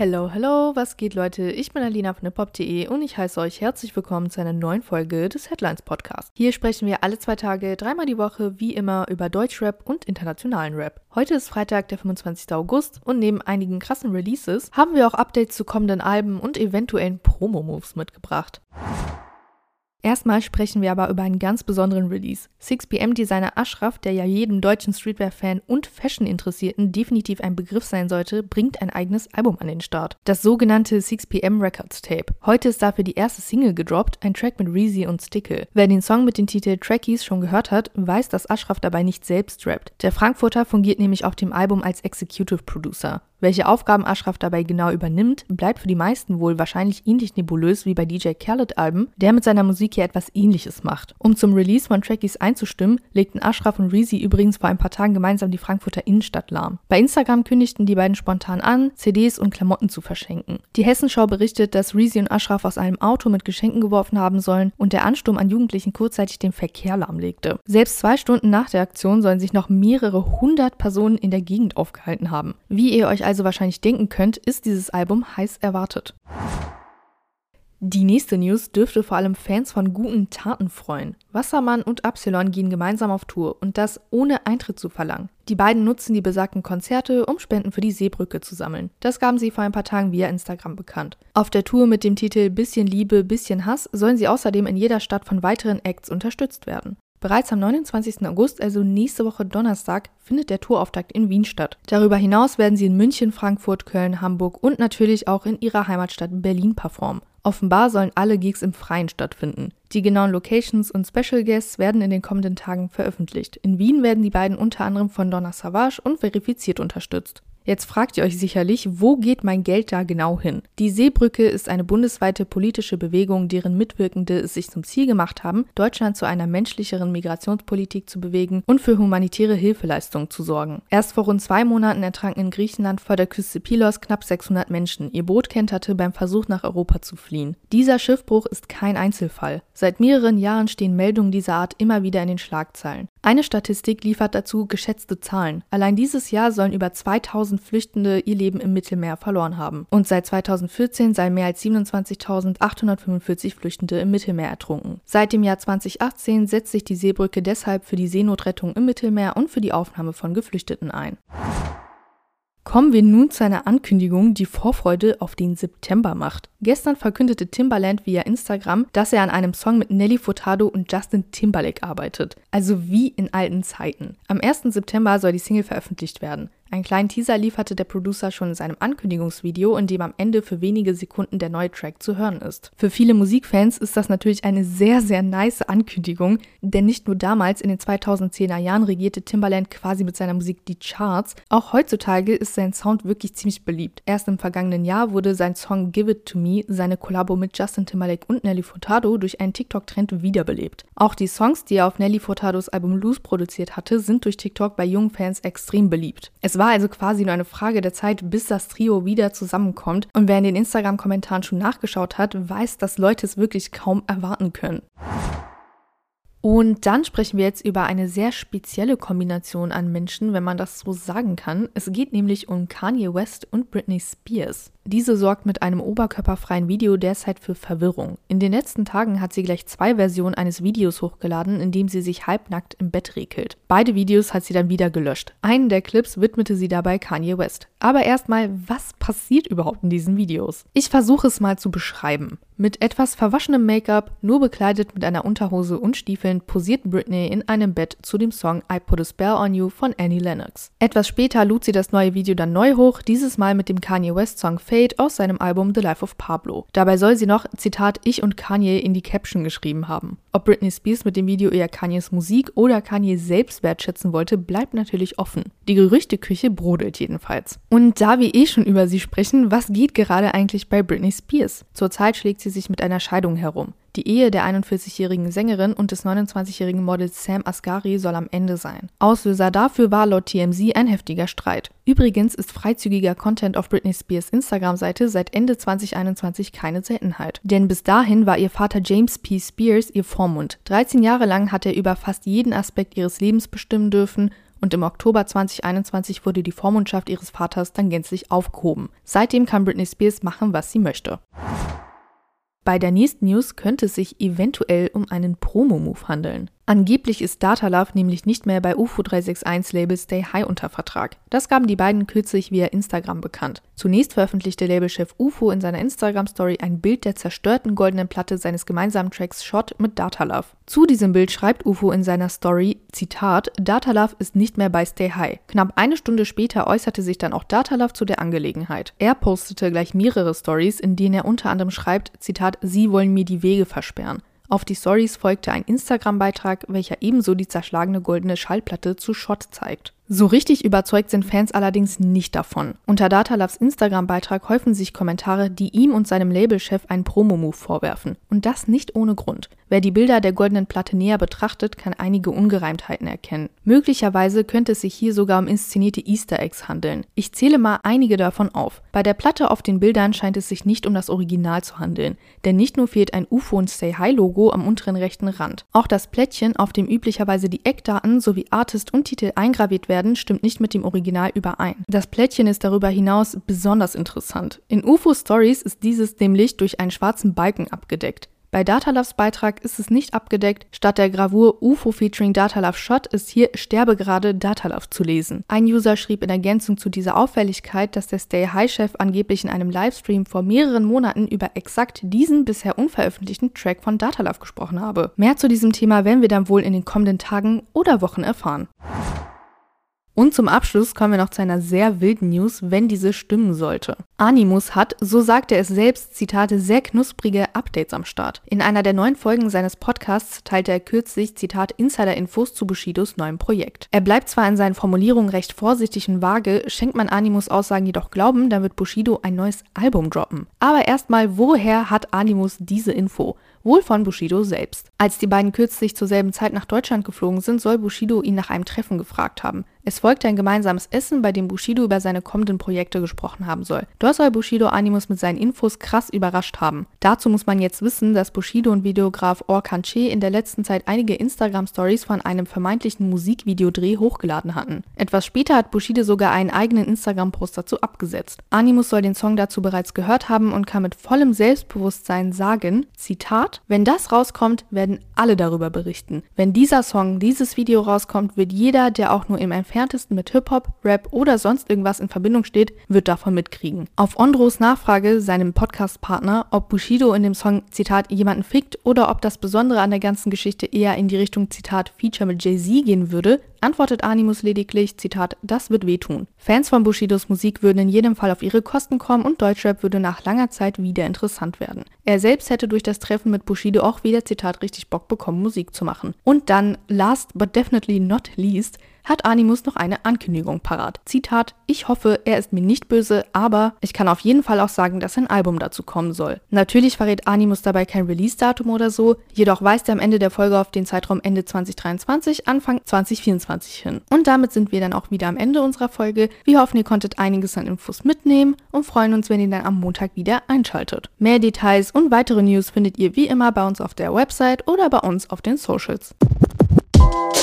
Hello, was geht, Leute? Ich bin Alina von hiphop.de und ich heiße euch herzlich willkommen zu einer neuen Folge des Headlines Podcasts. Hier sprechen wir alle 2 Tage, 3-mal die Woche, wie immer, über Deutschrap und internationalen Rap. Heute ist Freitag, der 25. August und neben einigen krassen Releases haben wir auch Updates zu kommenden Alben und eventuellen Promo-Moves mitgebracht. Erstmal sprechen wir aber über einen ganz besonderen Release. 6pm-Designer Ashraf, der ja jedem deutschen Streetwear-Fan und Fashion-Interessierten definitiv ein Begriff sein sollte, bringt ein eigenes Album an den Start. Das sogenannte 6pm Records Tape. Heute ist dafür die erste Single gedroppt, ein Track mit Reezy und Stickle. Wer den Song mit dem Titel Trackies schon gehört hat, weiß, dass Ashraf dabei nicht selbst rappt. Der Frankfurter fungiert nämlich auf dem Album als Executive Producer. Welche Aufgaben Ashraf dabei genau übernimmt, bleibt für die meisten wohl wahrscheinlich ähnlich nebulös wie bei DJ Khaled-Alben, der mit seiner Musik hier etwas Ähnliches macht. Um zum Release von Trackies einzustimmen, legten Ashraf und Reezy übrigens vor ein paar Tagen gemeinsam die Frankfurter Innenstadt lahm. Bei Instagram kündigten die beiden spontan an, CDs und Klamotten zu verschenken. Die Hessenschau berichtet, dass Reezy und Ashraf aus einem Auto mit Geschenken geworfen haben sollen und der Ansturm an Jugendlichen kurzzeitig den Verkehr lahmlegte. Selbst 2 Stunden nach der Aktion sollen sich noch mehrere 100 Personen in der Gegend aufgehalten haben. Wie ihr euch also wahrscheinlich denken könnt, ist dieses Album heiß erwartet. Die nächste News dürfte vor allem Fans von guten Taten freuen. Wassermann und Absilon gehen gemeinsam auf Tour und das ohne Eintritt zu verlangen. Die beiden nutzen die besagten Konzerte, um Spenden für die Seebrücke zu sammeln. Das gaben sie vor ein paar Tagen via Instagram bekannt. Auf der Tour mit dem Titel Bisschen Liebe, bisschen Hass sollen sie außerdem in jeder Stadt von weiteren Acts unterstützt werden. Bereits am 29. August, also nächste Woche Donnerstag, findet der Tourauftakt in Wien statt. Darüber hinaus werden sie in München, Frankfurt, Köln, Hamburg und natürlich auch in ihrer Heimatstadt Berlin performen. Offenbar sollen alle Gigs im Freien stattfinden. Die genauen Locations und Special Guests werden in den kommenden Tagen veröffentlicht. In Wien werden die beiden unter anderem von Donna Savage und Verifiziert unterstützt. Jetzt fragt ihr euch sicherlich, wo geht mein Geld da genau hin? Die Seebrücke ist eine bundesweite politische Bewegung, deren Mitwirkende es sich zum Ziel gemacht haben, Deutschland zu einer menschlicheren Migrationspolitik zu bewegen und für humanitäre Hilfeleistungen zu sorgen. Erst vor rund 2 Monaten ertranken in Griechenland vor der Küste Pylos knapp 600 Menschen. Ihr Boot kenterte beim Versuch, nach Europa zu fliehen. Dieser Schiffbruch ist kein Einzelfall. Seit mehreren Jahren stehen Meldungen dieser Art immer wieder in den Schlagzeilen. Eine Statistik liefert dazu geschätzte Zahlen. Allein dieses Jahr sollen über 2000 Flüchtende ihr Leben im Mittelmeer verloren haben. Und seit 2014 seien mehr als 27.845 Flüchtende im Mittelmeer ertrunken. Seit dem Jahr 2018 setzt sich die Seebrücke deshalb für die Seenotrettung im Mittelmeer und für die Aufnahme von Geflüchteten ein. Kommen wir nun zu einer Ankündigung, die Vorfreude auf den September macht. Gestern verkündete Timbaland via Instagram, dass er an einem Song mit Nelly Furtado und Justin Timberlake arbeitet. Also wie in alten Zeiten. Am 1. September soll die Single veröffentlicht werden. Einen kleinen Teaser lieferte der Producer schon in seinem Ankündigungsvideo, in dem am Ende für wenige Sekunden der neue Track zu hören ist. Für viele Musikfans ist das natürlich eine sehr, sehr nice Ankündigung, denn nicht nur damals in den 2010er Jahren regierte Timbaland quasi mit seiner Musik die Charts, auch heutzutage ist sein Sound wirklich ziemlich beliebt. Erst im vergangenen Jahr wurde sein Song Give It To Me, seine Kollabo mit Justin Timberlake und Nelly Furtado, durch einen TikTok-Trend wiederbelebt. Auch die Songs, die er auf Nelly Furtados Album Loose produziert hatte, sind durch TikTok bei jungen Fans extrem beliebt. Es war also quasi nur eine Frage der Zeit, bis das Trio wieder zusammenkommt. Und wer in den Instagram-Kommentaren schon nachgeschaut hat, weiß, dass Leute es wirklich kaum erwarten können. Und dann sprechen wir jetzt über eine sehr spezielle Kombination an Menschen, wenn man das so sagen kann. Es geht nämlich um Kanye West und Britney Spears. Diese sorgt mit einem oberkörperfreien Video derzeit für Verwirrung. In den letzten Tagen hat sie gleich 2 Versionen eines Videos hochgeladen, in dem sie sich halbnackt im Bett regelt. Beide Videos hat sie dann wieder gelöscht. Einen der Clips widmete sie dabei Kanye West. Aber erstmal, was passiert überhaupt in diesen Videos? Ich versuche es mal zu beschreiben. Mit etwas verwaschenem Make-up, nur bekleidet mit einer Unterhose und Stiefeln, posiert Britney in einem Bett zu dem Song I Put a Spell on You von Annie Lennox. Etwas später lud sie das neue Video dann neu hoch, dieses Mal mit dem Kanye West Song Fade aus seinem Album The Life of Pablo. Dabei soll sie noch, Zitat, ich und Kanye in die Caption geschrieben haben. Ob Britney Spears mit dem Video eher Kanyes Musik oder Kanye selbst wertschätzen wollte, bleibt natürlich offen. Die Gerüchteküche brodelt jedenfalls. Und da wir schon über sie sprechen, was geht gerade eigentlich bei Britney Spears? Zurzeit schlägt sie sich mit einer Scheidung herum. Die Ehe der 41-jährigen Sängerin und des 29-jährigen Models Sam Asghari soll am Ende sein. Auslöser dafür war laut TMZ ein heftiger Streit. Übrigens ist freizügiger Content auf Britney Spears Instagram-Seite seit Ende 2021 keine Seltenheit. Denn bis dahin war ihr Vater James P. Spears ihr Vormund. 13 Jahre lang hat er über fast jeden Aspekt ihres Lebens bestimmen dürfen und im Oktober 2021 wurde die Vormundschaft ihres Vaters dann gänzlich aufgehoben. Seitdem kann Britney Spears machen, was sie möchte. Bei der nächsten News könnte es sich eventuell um einen Promo-Move handeln. Angeblich ist Datalove nämlich nicht mehr bei UFO 361 Label Stay High unter Vertrag. Das gaben die beiden kürzlich via Instagram bekannt. Zunächst veröffentlichte Labelchef UFO in seiner Instagram-Story ein Bild der zerstörten goldenen Platte seines gemeinsamen Tracks Shot mit Datalove. Zu diesem Bild schreibt UFO in seiner Story, Zitat, Datalove ist nicht mehr bei Stay High. Knapp eine Stunde später äußerte sich dann auch Datalove zu der Angelegenheit. Er postete gleich mehrere Stories, in denen er unter anderem schreibt, Zitat, Sie wollen mir die Wege versperren. Auf die Stories folgte ein Instagram-Beitrag, welcher ebenso die zerschlagene goldene Schallplatte zu Shot zeigt. So richtig überzeugt sind Fans allerdings nicht davon. Unter Dataloves Instagram-Beitrag häufen sich Kommentare, die ihm und seinem Labelchef einen Promo-Move vorwerfen. Und das nicht ohne Grund. Wer die Bilder der goldenen Platte näher betrachtet, kann einige Ungereimtheiten erkennen. Möglicherweise könnte es sich hier sogar um inszenierte Easter Eggs handeln. Ich zähle mal einige davon auf. Bei der Platte auf den Bildern scheint es sich nicht um das Original zu handeln. Denn nicht nur fehlt ein UFO- und Stay-High-Logo am unteren rechten Rand. Auch das Plättchen, auf dem üblicherweise die Eckdaten sowie Artist und Titel eingraviert werden, stimmt nicht mit dem Original überein. Das Plättchen ist darüber hinaus besonders interessant. In UFO Stories ist dieses nämlich durch einen schwarzen Balken abgedeckt. Bei Dataloves Beitrag ist es nicht abgedeckt. Statt der Gravur UFO featuring Datalove Shot ist hier Sterbegrade Datalove zu lesen. Ein User schrieb in Ergänzung zu dieser Auffälligkeit, dass der Stay High-Chef angeblich in einem Livestream vor mehreren Monaten über exakt diesen bisher unveröffentlichten Track von Datalove gesprochen habe. Mehr zu diesem Thema werden wir dann wohl in den kommenden Tagen oder Wochen erfahren. Und zum Abschluss kommen wir noch zu einer sehr wilden News, wenn diese stimmen sollte. Animus hat, so sagt er es selbst, Zitate, sehr knusprige Updates am Start. In einer der 9 Folgen seines Podcasts teilte er kürzlich, Zitat, Insider-Infos zu Bushidos neuem Projekt. Er bleibt zwar in seinen Formulierungen recht vorsichtig und vage, schenkt man Animus Aussagen jedoch Glauben, dann wird Bushido ein neues Album droppen. Aber erstmal, woher hat Animus diese Info? Wohl von Bushido selbst. Als die beiden kürzlich zur selben Zeit nach Deutschland geflogen sind, soll Bushido ihn nach einem Treffen gefragt haben. Es folgte ein gemeinsames Essen, bei dem Bushido über seine kommenden Projekte gesprochen haben soll. Dort soll Bushido Animus mit seinen Infos krass überrascht haben. Dazu muss man jetzt wissen, dass Bushido und Videograf Orkan Che in der letzten Zeit einige Instagram-Stories von einem vermeintlichen Musikvideodreh hochgeladen hatten. Etwas später hat Bushido sogar einen eigenen Instagram-Post dazu abgesetzt. Animus soll den Song dazu bereits gehört haben und kann mit vollem Selbstbewusstsein sagen, Zitat, wenn das rauskommt, werden alle darüber berichten. Wenn dieser Song, dieses Video rauskommt, wird jeder, der auch nur im Entferntesten mit Hip-Hop, Rap oder sonst irgendwas in Verbindung steht, wird davon mitkriegen. Auf Ondros Nachfrage, seinem Podcast-Partner, ob Bushido in dem Song, Zitat, jemanden fickt oder ob das Besondere an der ganzen Geschichte eher in die Richtung, Zitat, Feature mit Jay-Z gehen würde, antwortet Animus lediglich, Zitat, das wird wehtun. Fans von Bushidos Musik würden in jedem Fall auf ihre Kosten kommen und Deutschrap würde nach langer Zeit wieder interessant werden. Er selbst hätte durch das Treffen mit Bushido auch wieder, Zitat, richtig Bock bekommen, Musik zu machen. Und dann, last but definitely not least, hat Animus noch eine Ankündigung parat. Zitat, ich hoffe, er ist mir nicht böse, aber ich kann auf jeden Fall auch sagen, dass ein Album dazu kommen soll. Natürlich verrät Animus dabei kein Release-Datum oder so, jedoch weist er am Ende der Folge auf den Zeitraum Ende 2023, Anfang 2024 hin. Und damit sind wir dann auch wieder am Ende unserer Folge. Wir hoffen, ihr konntet einiges an Infos mitnehmen und freuen uns, wenn ihr dann am Montag wieder einschaltet. Mehr Details und weitere News findet ihr wie immer bei uns auf der Website oder bei uns auf den Socials.